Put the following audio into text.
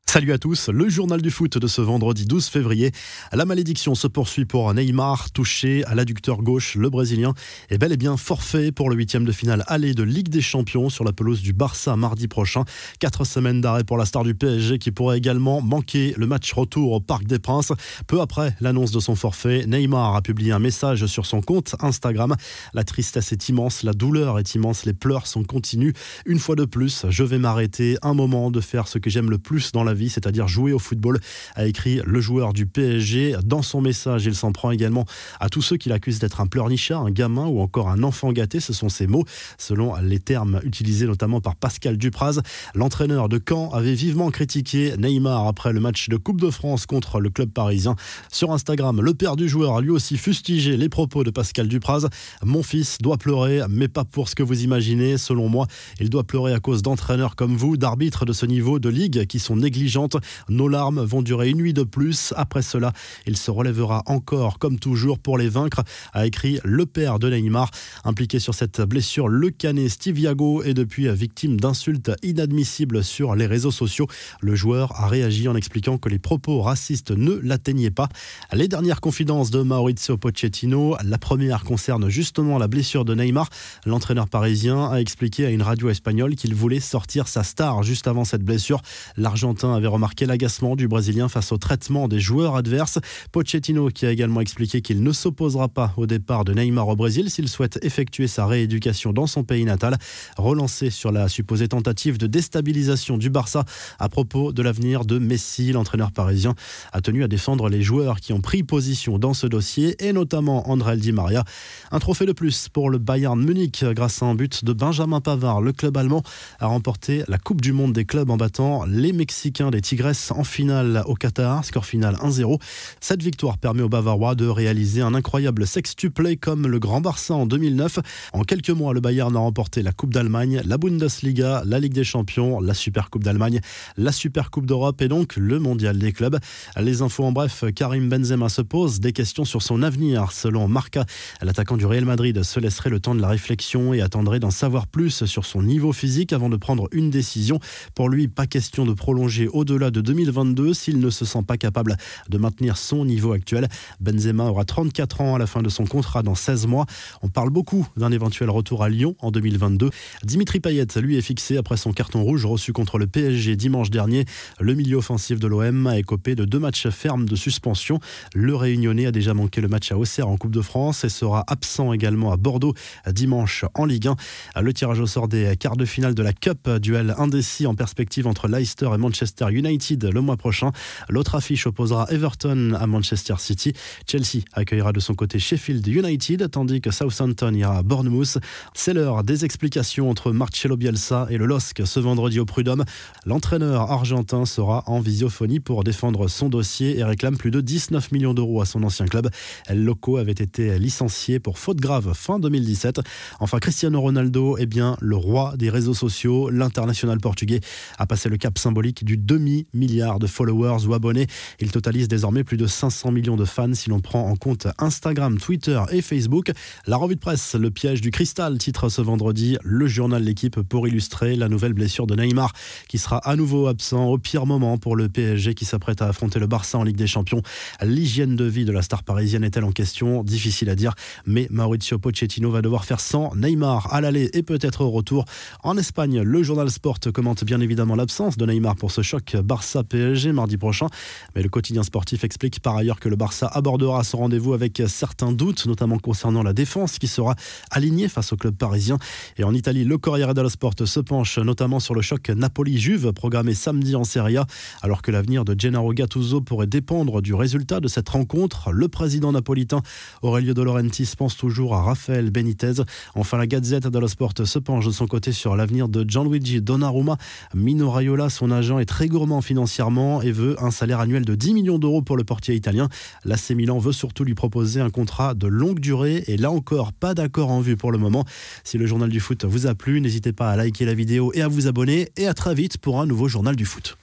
Salut à tous, le journal du foot de ce vendredi 12 février. La malédiction se poursuit pour Neymar, touché à l'adducteur gauche. Le Brésilien est bel et bien forfait pour le 8e de finale aller de Ligue des Champions sur la pelouse du Barça mardi prochain. 4 semaines d'arrêt pour la star du PSG qui pourrait également manquer le match retour au Parc des Princes. Peu après l'annonce de son forfait, Neymar a publié un message sur son compte Instagram. La tristesse est immense, la douleur est immense, les pleurs sont continues. Une fois de plus, je vais m'arrêter un moment de faire ce que j'aime le plus dans la vie, c'est-à-dire jouer au football, a écrit le joueur du PSG. Dans son message, il s'en prend également à tous ceux qui l'accusent d'être un pleurnichard, un gamin ou encore un enfant gâté. Ce sont ses mots, selon les termes utilisés notamment par Pascal Dupraz. L'entraîneur de Caen avait vivement critiqué Neymar après le match de Coupe de France contre le club parisien. Sur Instagram, le père du joueur a lui aussi fustigé les propos de Pascal Dupraz. « Mon fils doit pleurer, mais pas pour ce que vous imaginez. Selon moi, il doit pleurer à cause d'entraîneurs comme vous, d'arbitres de ce niveau de ligue qui sont négligents. Nos larmes vont durer une nuit de plus. Après cela, il se relèvera encore, comme toujours, pour les vaincre », a écrit le père de Neymar. Impliqué sur cette blessure, le Canet Steve Yago est depuis victime d'insultes inadmissibles sur les réseaux sociaux. Le joueur a réagi en expliquant que les propos racistes ne l'atteignaient pas. Les dernières confidences de Mauricio Pochettino, la première concerne justement la blessure de Neymar. L'entraîneur parisien a expliqué à une radio espagnole qu'il voulait sortir sa star juste avant cette blessure. L'Argentin avait remarqué l'agacement du Brésilien face au traitement des joueurs adverses. Pochettino qui a également expliqué qu'il ne s'opposera pas au départ de Neymar au Brésil s'il souhaite effectuer sa rééducation dans son pays natal. Relancé sur la supposée tentative de déstabilisation du Barça à propos de l'avenir de Messi, l'entraîneur parisien a tenu à défendre les joueurs qui ont pris position dans ce dossier et notamment André Di Maria. Un trophée de plus pour le Bayern Munich grâce à un but de Benjamin Pavard. Le club allemand a remporté la Coupe du Monde des clubs en battant les Mexicains des Tigresses en finale au Qatar, score final 1-0. Cette victoire permet aux Bavarois de réaliser un incroyable sextuplé comme le Grand Barça en 2009. En quelques mois, le Bayern a remporté la Coupe d'Allemagne, la Bundesliga, la Ligue des Champions, la Super Coupe d'Allemagne, la Super Coupe d'Europe et donc le Mondial des clubs. Les infos en bref, Karim Benzema se pose des questions sur son avenir. Selon Marca, l'attaquant du Real Madrid se laisserait le temps de la réflexion et attendrait d'en savoir plus sur son niveau physique avant de prendre une décision. Pour lui, pas question de prolonger au-delà de 2022 s'il ne se sent pas capable de maintenir son niveau actuel. Benzema aura 34 ans à la fin de son contrat dans 16 mois. On parle beaucoup d'un éventuel retour à Lyon en 2022. Dimitri Payet, lui, est fixé après son carton rouge reçu contre le PSG dimanche dernier. Le milieu offensif de l'OM a écopé de 2 matchs fermes de suspension. Le Réunionnais a déjà manqué le match à Auxerre en Coupe de France et sera absent également à Bordeaux dimanche en Ligue 1. Le tirage au sort des quarts de finale de la Cup, duel indécis en perspective entre Leicester et Manchester United le mois prochain. L'autre affiche opposera Everton à Manchester City. Chelsea accueillera de son côté Sheffield United, tandis que Southampton ira à Bournemouth. C'est l'heure des explications entre Marcelo Bielsa et le LOSC ce vendredi au Prud'homme. L'entraîneur argentin sera en visiophonie pour défendre son dossier et réclame plus de 19 millions d'euros à son ancien club. El Loco avait été licencié pour faute grave fin 2017. Enfin, Cristiano Ronaldo est bien le roi des réseaux sociaux. L'international portugais a passé le cap symbolique du demi-milliard de followers ou abonnés. Il totalise désormais plus de 500 millions de fans si l'on prend en compte Instagram, Twitter et Facebook. La revue de presse, le piège du cristal, titre ce vendredi le journal L'Équipe pour illustrer la nouvelle blessure de Neymar qui sera à nouveau absent au pire moment pour le PSG qui s'apprête à affronter le Barça en Ligue des Champions. L'hygiène de vie de la star parisienne est-elle en question ? Difficile à dire, mais Mauricio Pochettino va devoir faire sans Neymar à l'aller et peut-être au retour. En Espagne, le journal Sport commente bien évidemment l'absence de Neymar pour ce choc Barça-PSG mardi prochain. Mais le quotidien sportif explique par ailleurs que le Barça abordera ce rendez-vous avec certains doutes, notamment concernant la défense qui sera alignée face au club parisien. Et en Italie, le Corriere dello Sport se penche notamment sur le choc Napoli-Juve programmé samedi en Serie A, alors que l'avenir de Gennaro Gattuso pourrait dépendre du résultat de cette rencontre. Le président napolitain Aurelio De Laurentiis pense toujours à Rafael Benitez. Enfin, la Gazette dello Sport se penche de son côté sur l'avenir de Gianluigi Donnarumma. Mino Raiola, son agent, est très gourmand financièrement et veut un salaire annuel de 10 millions d'euros pour le portier italien. L'AC Milan veut surtout lui proposer un contrat de longue durée et là encore, pas d'accord en vue pour le moment. Si le journal du foot vous a plu, n'hésitez pas à liker la vidéo et à vous abonner et à très vite pour un nouveau journal du foot.